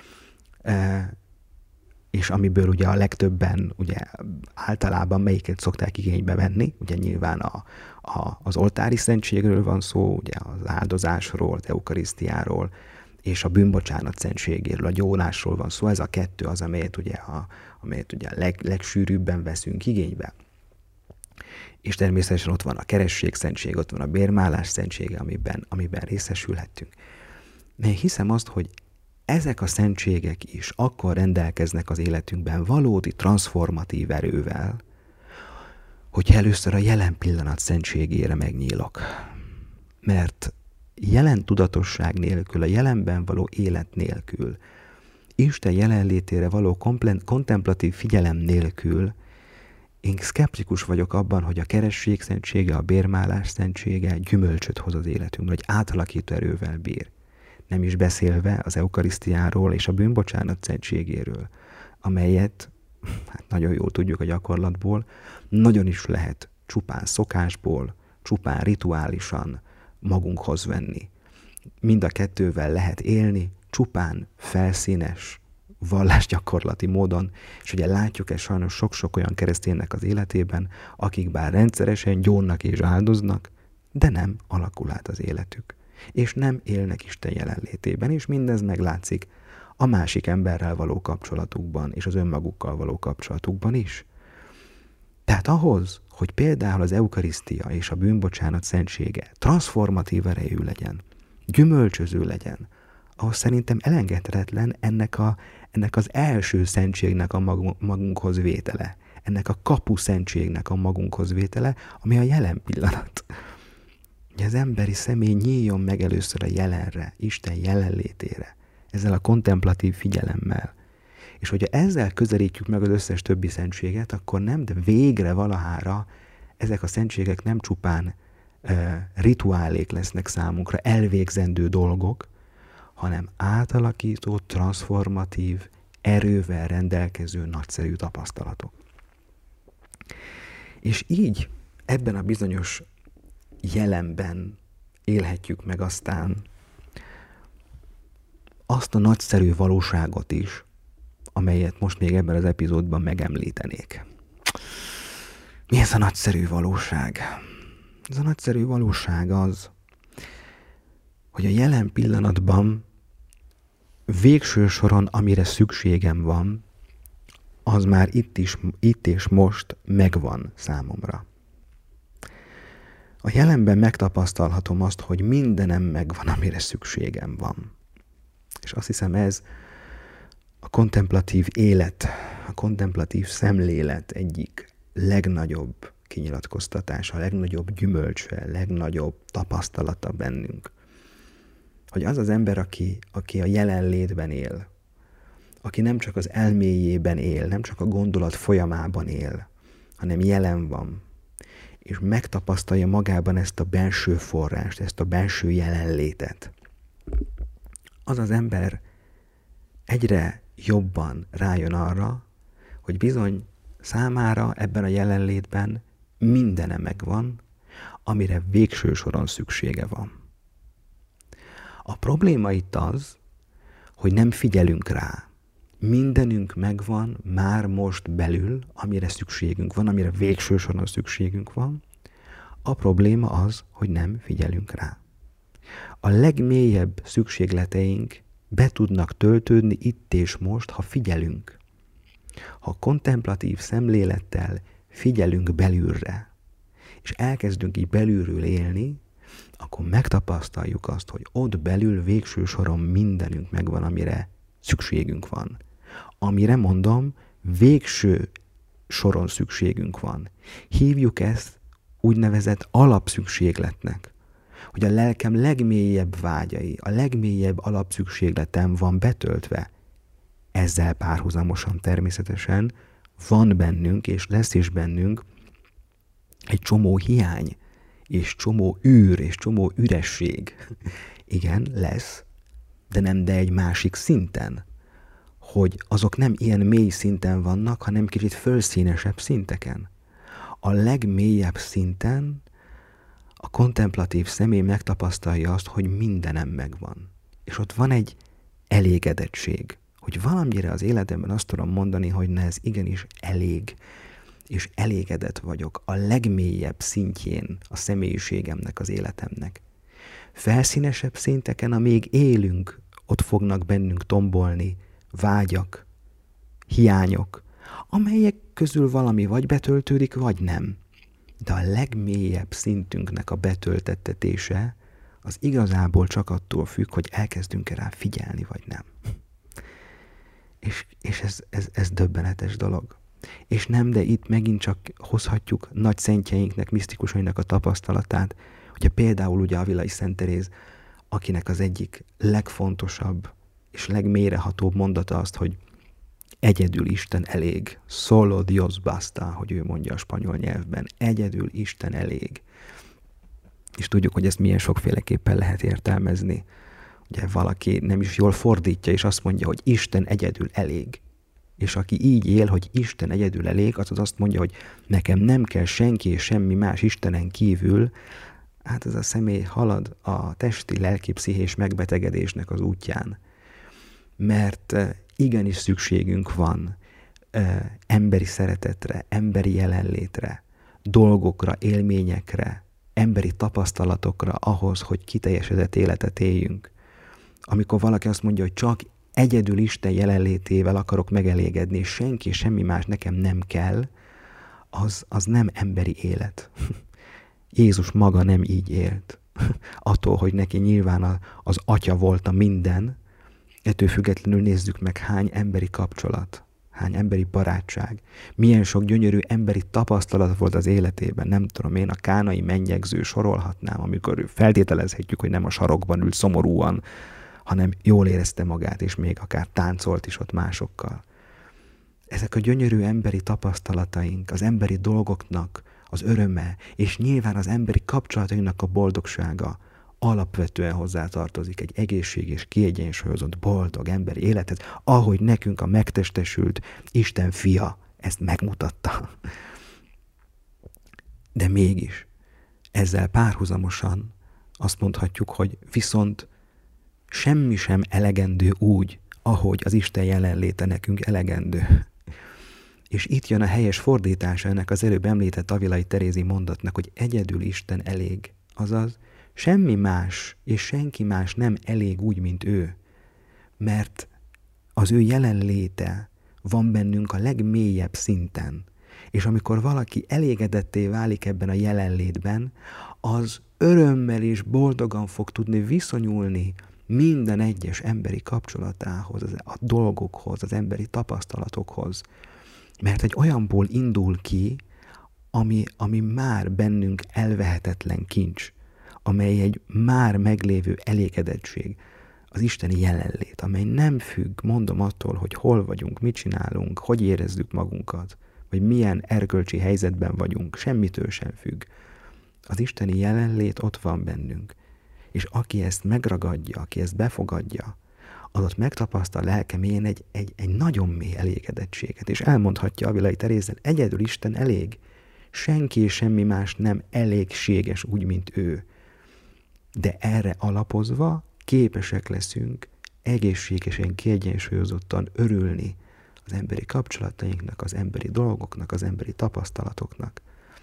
e, és amiből ugye a legtöbben ugye általában melyiket szokták igénybe venni, ugye nyilván a, a, az oltári szentségről van szó, ugye az áldozásról, az eukarisztiáról, és a bűnbocsánat szentségéről, a gyónásról van szó, ez a kettő az, amelyet ugye a, amelyet ugye a leg, legsűrűbben veszünk igénybe. És természetesen ott van a keresség szentség, ott van a bérmálás szentsége, amiben, amiben részesülhettünk. De én hiszem azt, hogy ezek a szentségek is akkor rendelkeznek az életünkben valódi transformatív erővel, hogyha először a jelen pillanat szentségére megnyílok. Mert jelen tudatosság nélkül, a jelenben való élet nélkül, Isten jelenlétére való kontemplatív figyelem nélkül, én szkeptikus vagyok abban, hogy a keresség szentsége, a bérmálás szentsége gyümölcsöt hoz az életünkben, hogy átalakító erővel bír. Nem is beszélve az eukarisztiáról és a bűnbocsánat szentségéről, amelyet, hát nagyon jól tudjuk a gyakorlatból, nagyon is lehet csupán szokásból, csupán rituálisan magunkhoz venni. Mind a kettővel lehet élni, csupán felszínes, vallásgyakorlati módon, és ugye látjuk ezt sajnos sok-sok olyan kereszténynek az életében, akik bár rendszeresen gyónnak és áldoznak, de nem alakul át az életük. És nem élnek Isten jelenlétében, és mindez meglátszik a másik emberrel való kapcsolatukban, és az önmagukkal való kapcsolatukban is. Tehát ahhoz, hogy például az eukarisztia és a bűnbocsánat szentsége transformatív erejű legyen, gyümölcsöző legyen, ahhoz szerintem elengedhetetlen ennek, a, ennek az első szentségnek a magunkhoz vétele. Ennek a kapu szentségnek a magunkhoz vétele, ami a jelen pillanat. Hogy az emberi személy nyíljon meg először a jelenre, Isten jelenlétére, ezzel a kontemplatív figyelemmel. És hogyha ezzel közelítjük meg az összes többi szentséget, akkor nem, de végre valahára ezek a szentségek nem csupán uh, rituálék lesznek számunkra, elvégzendő dolgok, hanem átalakító, transformatív, erővel rendelkező nagyszerű tapasztalatok. És így ebben a bizonyos jelenben élhetjük meg aztán azt a nagyszerű valóságot is, amelyet most még ebben az epizódban megemlítenék. Mi ez a nagyszerű valóság? Ez a nagyszerű valóság az, hogy a jelen pillanatban végső soron, amire szükségem van, az már itt is, itt és most megvan számomra. A jelenben megtapasztalhatom azt, hogy mindenem megvan, amire szükségem van. És azt hiszem ez a kontemplatív élet, a kontemplatív szemlélet egyik legnagyobb kinyilatkoztatása, a legnagyobb gyümölcse, a legnagyobb tapasztalata bennünk. Hogy az az ember, aki, aki a jelenlétben él, aki nem csak az elméjében él, nem csak a gondolat folyamában él, hanem jelen van, és megtapasztalja magában ezt a belső forrást, ezt a belső jelenlétet. Az az ember egyre jobban rájön arra, hogy bizony számára ebben a jelenlétben mindene megvan, amire végső soron szüksége van. A probléma itt az, hogy nem figyelünk rá. Mindenünk megvan már most belül, amire szükségünk van, amire végső soron szükségünk van. A probléma az, hogy nem figyelünk rá. A legmélyebb szükségleteink be tudnak töltődni itt és most, ha figyelünk. Ha kontemplatív szemlélettel figyelünk belülre, és elkezdünk így belülről élni, akkor megtapasztaljuk azt, hogy ott belül végső soron mindenünk megvan, amire szükségünk van. Amire mondom, végső soron szükségünk van. Hívjuk ezt úgynevezett alapszükségletnek, hogy a lelkem legmélyebb vágyai, a legmélyebb alapszükségletem van betöltve. Ezzel párhuzamosan természetesen van bennünk, és lesz is bennünk egy csomó hiány, és csomó űr, és csomó üresség. Igen, lesz, de nem, de egy másik szinten. Hogy azok nem ilyen mély szinten vannak, hanem kicsit fölszínesebb szinteken. A legmélyebb szinten a kontemplatív személy megtapasztalja azt, hogy mindenem megvan. És ott van egy elégedettség, hogy valamire az életemben azt tudom mondani, hogy na ez igenis elég, és elégedett vagyok a legmélyebb szintjén a személyiségemnek, az életemnek. Felszínesebb szinteken, amíg élünk, ott fognak bennünk tombolni vágyak, hiányok, amelyek közül valami vagy betöltődik, vagy nem. De a legmélyebb szintünknek a betöltettetése az igazából csak attól függ, hogy elkezdünk-e rá figyelni, vagy nem. És, és ez, ez, ez döbbenetes dolog. És nem, de itt megint csak hozhatjuk nagy szentjeinknek, misztikusainak a tapasztalatát, hogyha például ugye Avilai Szent Teréz, akinek az egyik legfontosabb és legmélyrehatóbb mondata azt, hogy egyedül Isten elég, solo Dios basta, hogy ő mondja a spanyol nyelvben, egyedül Isten elég. És tudjuk, hogy ezt milyen sokféleképpen lehet értelmezni. Ugye valaki nem is jól fordítja, és azt mondja, hogy Isten egyedül elég. És aki így él, hogy Isten egyedül elég, az azt mondja, hogy nekem nem kell senki és semmi más Istenen kívül, hát ez a személy halad a testi, lelki, pszichés megbetegedésnek az útján. Mert igenis szükségünk van e, emberi szeretetre, emberi jelenlétre, dolgokra, élményekre, emberi tapasztalatokra ahhoz, hogy kiteljesedett életet éljünk. Amikor valaki azt mondja, hogy csak egyedül Isten jelenlétével akarok megelégedni, és senki, semmi más nekem nem kell, az, az nem emberi élet. Jézus maga nem így élt. Attól, hogy neki nyilván az atya volt a minden, Ettől függetlenül nézzük meg, hány emberi kapcsolat, hány emberi barátság, milyen sok gyönyörű emberi tapasztalat volt az életében. Nem tudom én, a kánai mennyegző sorolhatnám, amikor feltételezhetjük, hogy nem a sarokban ült szomorúan, hanem jól érezte magát, és még akár táncolt is ott másokkal. Ezek a gyönyörű emberi tapasztalataink, az emberi dolgoknak az öröme, és nyilván az emberi kapcsolatainknak a boldogsága alapvetően hozzátartozik egy egészséges, kiegyensúlyozott, boldog emberi élethez, ahogy nekünk a megtestesült Isten fia ezt megmutatta. De mégis ezzel párhuzamosan azt mondhatjuk, hogy viszont semmi sem elegendő úgy, ahogy az Isten jelenléte nekünk elegendő. És itt jön a helyes fordítása ennek az előbb említett Avilai Terézi mondatnak, hogy egyedül Isten elég. Azaz, semmi más és senki más nem elég úgy, mint ő. Mert az ő jelenléte van bennünk a legmélyebb szinten. És amikor valaki elégedetté válik ebben a jelenlétben, az örömmel és boldogan fog tudni viszonyulni minden egyes emberi kapcsolatához, a dolgokhoz, az emberi tapasztalatokhoz. Mert egy olyanból indul ki, ami, ami már bennünk elvehetetlen kincs, amely egy már meglévő elégedettség, az isteni jelenlét, amely nem függ, mondom, attól, hogy hol vagyunk, mit csinálunk, hogy érezzük magunkat, vagy milyen erkölcsi helyzetben vagyunk, semmitől sem függ. Az isteni jelenlét ott van bennünk. És aki ezt megragadja, aki ezt befogadja, az ott megtapasztal lelke mélyén egy, egy, egy nagyon mély elégedettséget. És elmondhatja Avilai Terézzel, egyedül Isten elég. Senki és semmi más nem elégséges úgy, mint ő. De erre alapozva képesek leszünk egészségesen, kiegyensúlyozottan örülni az emberi kapcsolatainknak, az emberi dolgoknak, az emberi tapasztalatoknak.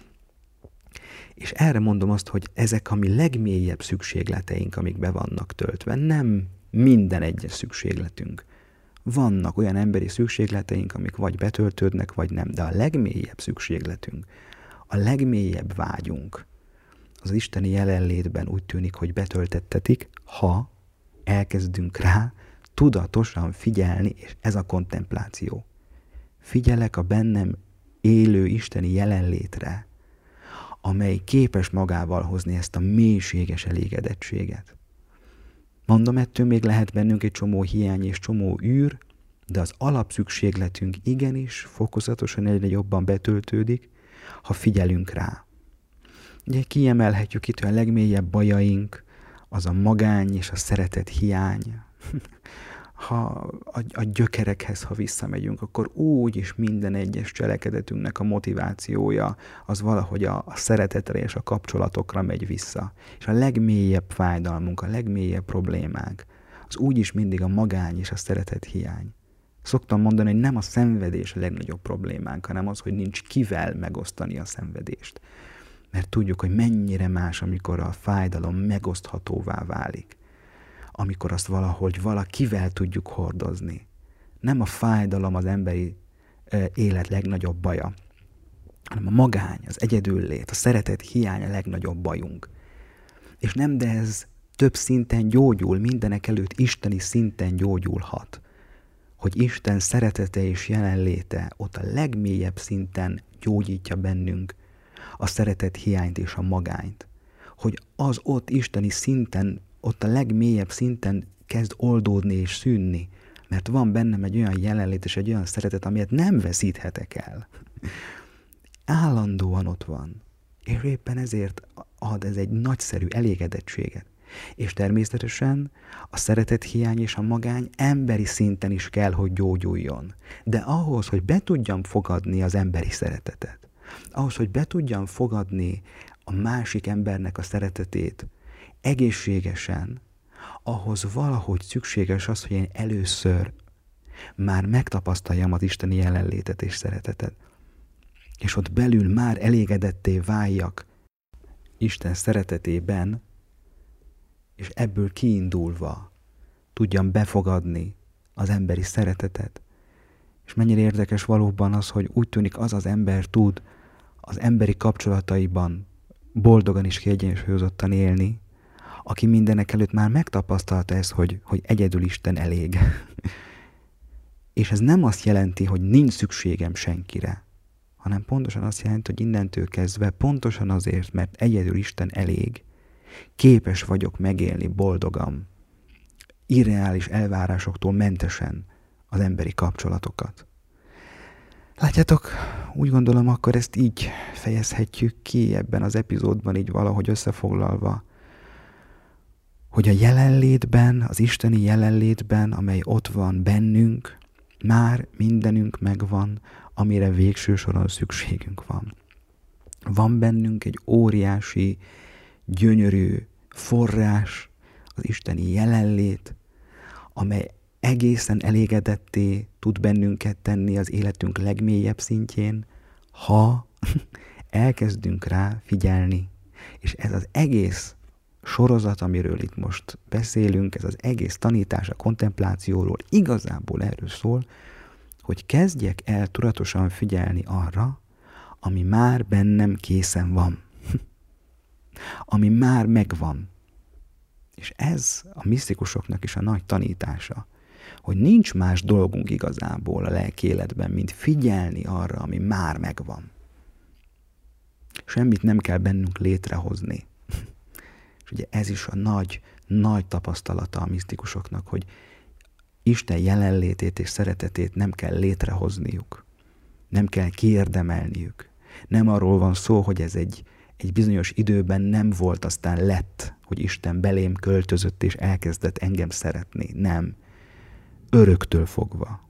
És erre mondom azt, hogy ezek a mi legmélyebb szükségleteink, amik be vannak töltve, nem minden egyes szükségletünk. Vannak olyan emberi szükségleteink, amik vagy betöltődnek, vagy nem, de a legmélyebb szükségletünk, a legmélyebb vágyunk, az isteni jelenlétben úgy tűnik, hogy betöltettetik, ha elkezdünk rá tudatosan figyelni, és ez a kontempláció. Figyelek a bennem élő isteni jelenlétre, amely képes magával hozni ezt a mélységes elégedettséget. Mondom, ettől még lehet bennünk egy csomó hiány és csomó űr, de az alapszükségletünk igenis fokozatosan egyre jobban betöltődik, ha figyelünk rá. Ugye kiemelhetjük itt, hogy a legmélyebb bajaink, az a magány és a szeretet hiány. Ha a, a gyökerekhez, ha visszamegyünk, akkor úgy is minden egyes cselekedetünknek a motivációja az valahogy a, a szeretetre és a kapcsolatokra megy vissza. És a legmélyebb fájdalmunk, a legmélyebb problémák, az úgy is mindig a magány és a szeretet hiány. Szoktam mondani, hogy nem a szenvedés a legnagyobb problémánk, hanem az, hogy nincs kivel megosztani a szenvedést. Mert tudjuk, hogy mennyire más, amikor a fájdalom megoszthatóvá válik. Amikor azt valahogy valakivel tudjuk hordozni. Nem a fájdalom az emberi e, élet legnagyobb baja, hanem a magány, az egyedüllét, a szeretet hiány a legnagyobb bajunk. És nem, de ez több szinten gyógyul, mindenek előtt isteni szinten gyógyulhat. Hogy Isten szeretete és jelenléte ott a legmélyebb szinten gyógyítja bennünk a szeretet hiányt és a magányt. Hogy az ott isteni szinten, ott a legmélyebb szinten kezd oldódni és szűnni, mert van bennem egy olyan jelenlét és egy olyan szeretet, amilyet nem veszíthetek el. Állandóan ott van. És éppen ezért ad ez egy nagyszerű elégedettséget. És természetesen a szeretet hiány és a magány emberi szinten is kell, hogy gyógyuljon. De ahhoz, hogy be tudjam fogadni az emberi szeretetet, ahhoz, hogy be tudjam fogadni a másik embernek a szeretetét egészségesen, ahhoz valahogy szükséges az, hogy én először már megtapasztaljam az isteni jelenlétet és szeretetet. És ott belül már elégedetté váljak Isten szeretetében, és ebből kiindulva tudjam befogadni az emberi szeretetet. És mennyire érdekes valóban az, hogy úgy tűnik az az ember tud az emberi kapcsolataiban boldogan és kiegyensúlyozottan élni, aki mindenek előtt már megtapasztalta ezt, hogy, hogy egyedül Isten elég. És ez nem azt jelenti, hogy nincs szükségem senkire, hanem pontosan azt jelenti, hogy innentől kezdve pontosan azért, mert egyedül Isten elég, képes vagyok megélni boldogan, irreális elvárásoktól mentesen az emberi kapcsolatokat. Látjátok, úgy gondolom, akkor ezt így fejezhetjük ki ebben az epizódban, így valahogy összefoglalva, hogy a jelenlétben, az isteni jelenlétben, amely ott van bennünk, már mindenünk megvan, amire végső soron szükségünk van. Van bennünk egy óriási, gyönyörű forrás, az isteni jelenlét, amely egészen elégedetté tud bennünket tenni az életünk legmélyebb szintjén, ha elkezdünk rá figyelni. És ez az egész sorozat, amiről itt most beszélünk, ez az egész tanítás a kontemplációról igazából erről szól, hogy kezdjek el tudatosan figyelni arra, ami már bennem készen van. Ami már megvan. És ez a misztikusoknak is a nagy tanítása, hogy nincs más dolgunk igazából a lelki életben, mint figyelni arra, ami már megvan. Semmit nem kell bennünk létrehozni. És ugye ez is a nagy, nagy tapasztalata a misztikusoknak, hogy Isten jelenlétét és szeretetét nem kell létrehozniuk. Nem kell kiérdemelniük. Nem arról van szó, hogy ez egy, egy bizonyos időben nem volt, aztán lett, hogy Isten belém költözött és elkezdett engem szeretni. Nem. Öröktől fogva.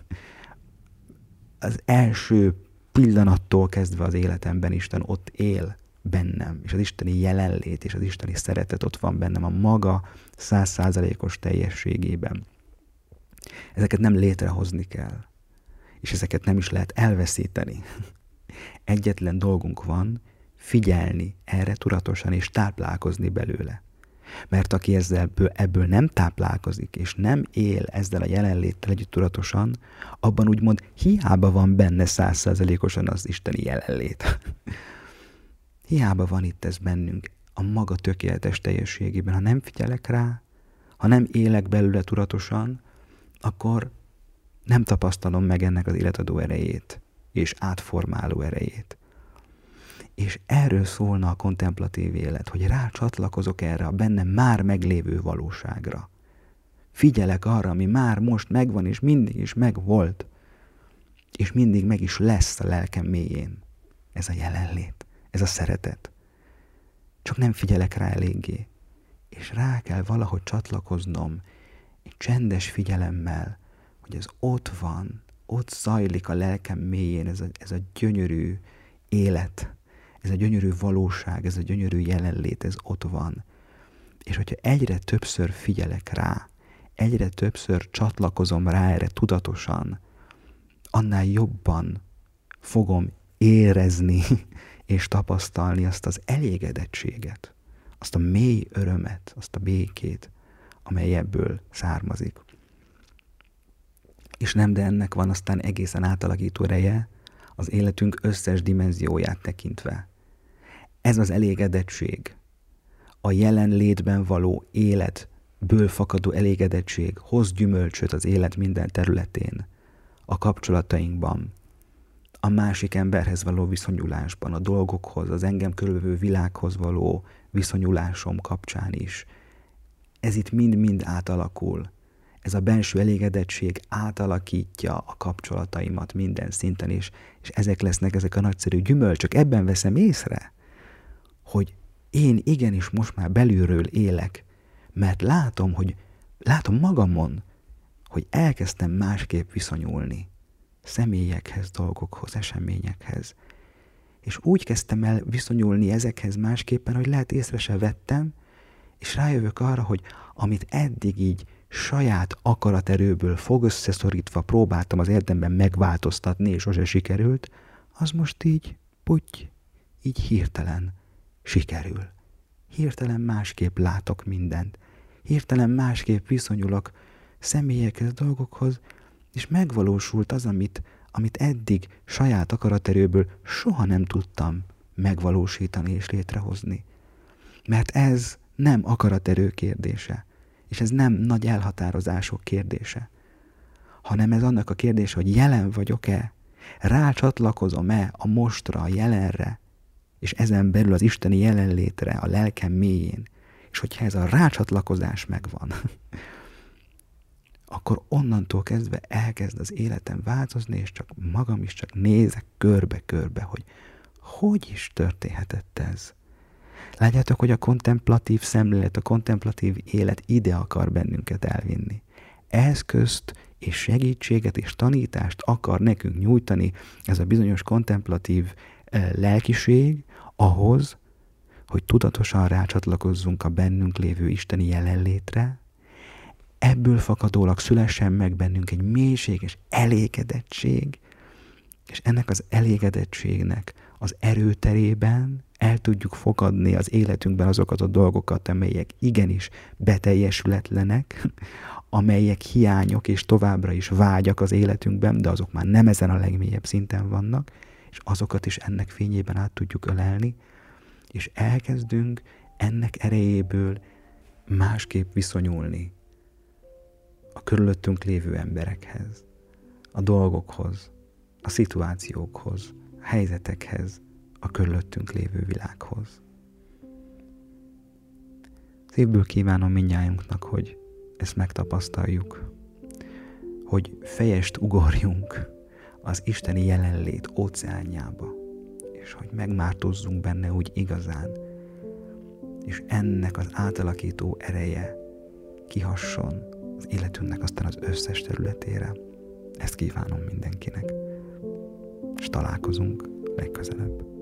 Az első pillanattól kezdve az életemben Isten ott él bennem, és az isteni jelenlét és az isteni szeretet ott van bennem a maga százszázalékos teljességében. Ezeket nem létrehozni kell, és ezeket nem is lehet elveszíteni. Egyetlen dolgunk van, figyelni erre tudatosan és táplálkozni belőle. Mert aki ezzel, ebből nem táplálkozik, és nem él ezzel a jelenléttel együtt tudatosan, abban úgymond hiába van benne százszázalékosan az isteni jelenlét. Hiába van itt ez bennünk a maga tökéletes teljességében. Ha nem figyelek rá, ha nem élek belőle tudatosan, akkor nem tapasztalom meg ennek az életadó erejét és átformáló erejét. És erről szólna a kontemplatív élet, hogy rácsatlakozok erre a bennem már meglévő valóságra. Figyelek arra, ami már most megvan, és mindig is megvolt, és mindig meg is lesz a lelkem mélyén. Ez a jelenlét, ez a szeretet. Csak nem figyelek rá eléggé. És rá kell valahogy csatlakoznom egy csendes figyelemmel, hogy ez ott van, ott zajlik a lelkem mélyén, ez a, ez a gyönyörű élet, ez a gyönyörű valóság, ez a gyönyörű jelenlét, ez ott van. És hogyha egyre többször figyelek rá, egyre többször csatlakozom rá erre tudatosan, annál jobban fogom érezni és tapasztalni azt az elégedettséget, azt a mély örömet, azt a békét, amely ebből származik. És nem, de ennek van aztán egészen átalakító ereje az életünk összes dimenzióját tekintve. Ez az elégedettség, a jelenlétben való életből fakadó elégedettség hoz gyümölcsöt az élet minden területén, a kapcsolatainkban, a másik emberhez való viszonyulásban, a dolgokhoz, az engem körülvevő világhoz való viszonyulásom kapcsán is. Ez itt mind-mind átalakul. Ez a benső elégedettség átalakítja a kapcsolataimat minden szinten is, és ezek lesznek ezek a nagyszerű gyümölcsök. Ebben veszem észre, hogy én igenis most már belülről élek, mert látom, hogy látom magamon, hogy elkezdtem másképp viszonyulni személyekhez, dolgokhoz, eseményekhez. És úgy kezdtem el viszonyulni ezekhez másképpen, hogy lehet észre se vettem, és rájövök arra, hogy amit eddig így saját akaraterőből fog összeszorítva próbáltam az érdemben megváltoztatni, és sose sikerült, az most így, puty, így hirtelen sikerül. Hirtelen másképp látok mindent. Hirtelen másképp viszonyulok személyekhez, dolgokhoz, és megvalósult az, amit, amit eddig saját akaraterőből soha nem tudtam megvalósítani és létrehozni. Mert ez nem akaraterő kérdése, és ez nem nagy elhatározások kérdése, hanem ez annak a kérdése, hogy jelen vagyok-e, rácsatlakozom-e a mostra, a jelenre, és ezen belül az isteni jelenlétre, a lelkem mélyén. És hogyha ez a rácsatlakozás megvan, akkor onnantól kezdve elkezd az életem változni, és csak magam is csak nézek körbe-körbe, hogy hogy is történhetett ez. Látjátok, hogy a kontemplatív szemlélet, a kontemplatív élet ide akar bennünket elvinni. Eszközt és segítséget és tanítást akar nekünk nyújtani ez a bizonyos kontemplatív eh, lelkiség ahhoz, hogy tudatosan rácsatlakozzunk a bennünk lévő isteni jelenlétre, ebből fakadólag szülessen meg bennünk egy mélységes elégedettség, és ennek az elégedettségnek az erőterében el tudjuk fogadni az életünkben azokat a dolgokat, amelyek igenis beteljesületlenek, amelyek hiányok és továbbra is vágyak az életünkben, de azok már nem ezen a legmélyebb szinten vannak, és azokat is ennek fényében át tudjuk ölelni, és elkezdünk ennek erejéből másképp viszonyulni a körülöttünk lévő emberekhez, a dolgokhoz, a szituációkhoz, a helyzetekhez, a körülöttünk lévő világhoz. Szívből kívánom mindnyájunknak, hogy ezt megtapasztaljuk, hogy fejest ugorjunk az isteni jelenlét óceánjába, és hogy megmártozzunk benne úgy igazán, és ennek az átalakító ereje kihasson az életünknek aztán az összes területére. Ezt kívánom mindenkinek. És találkozunk legközelebb.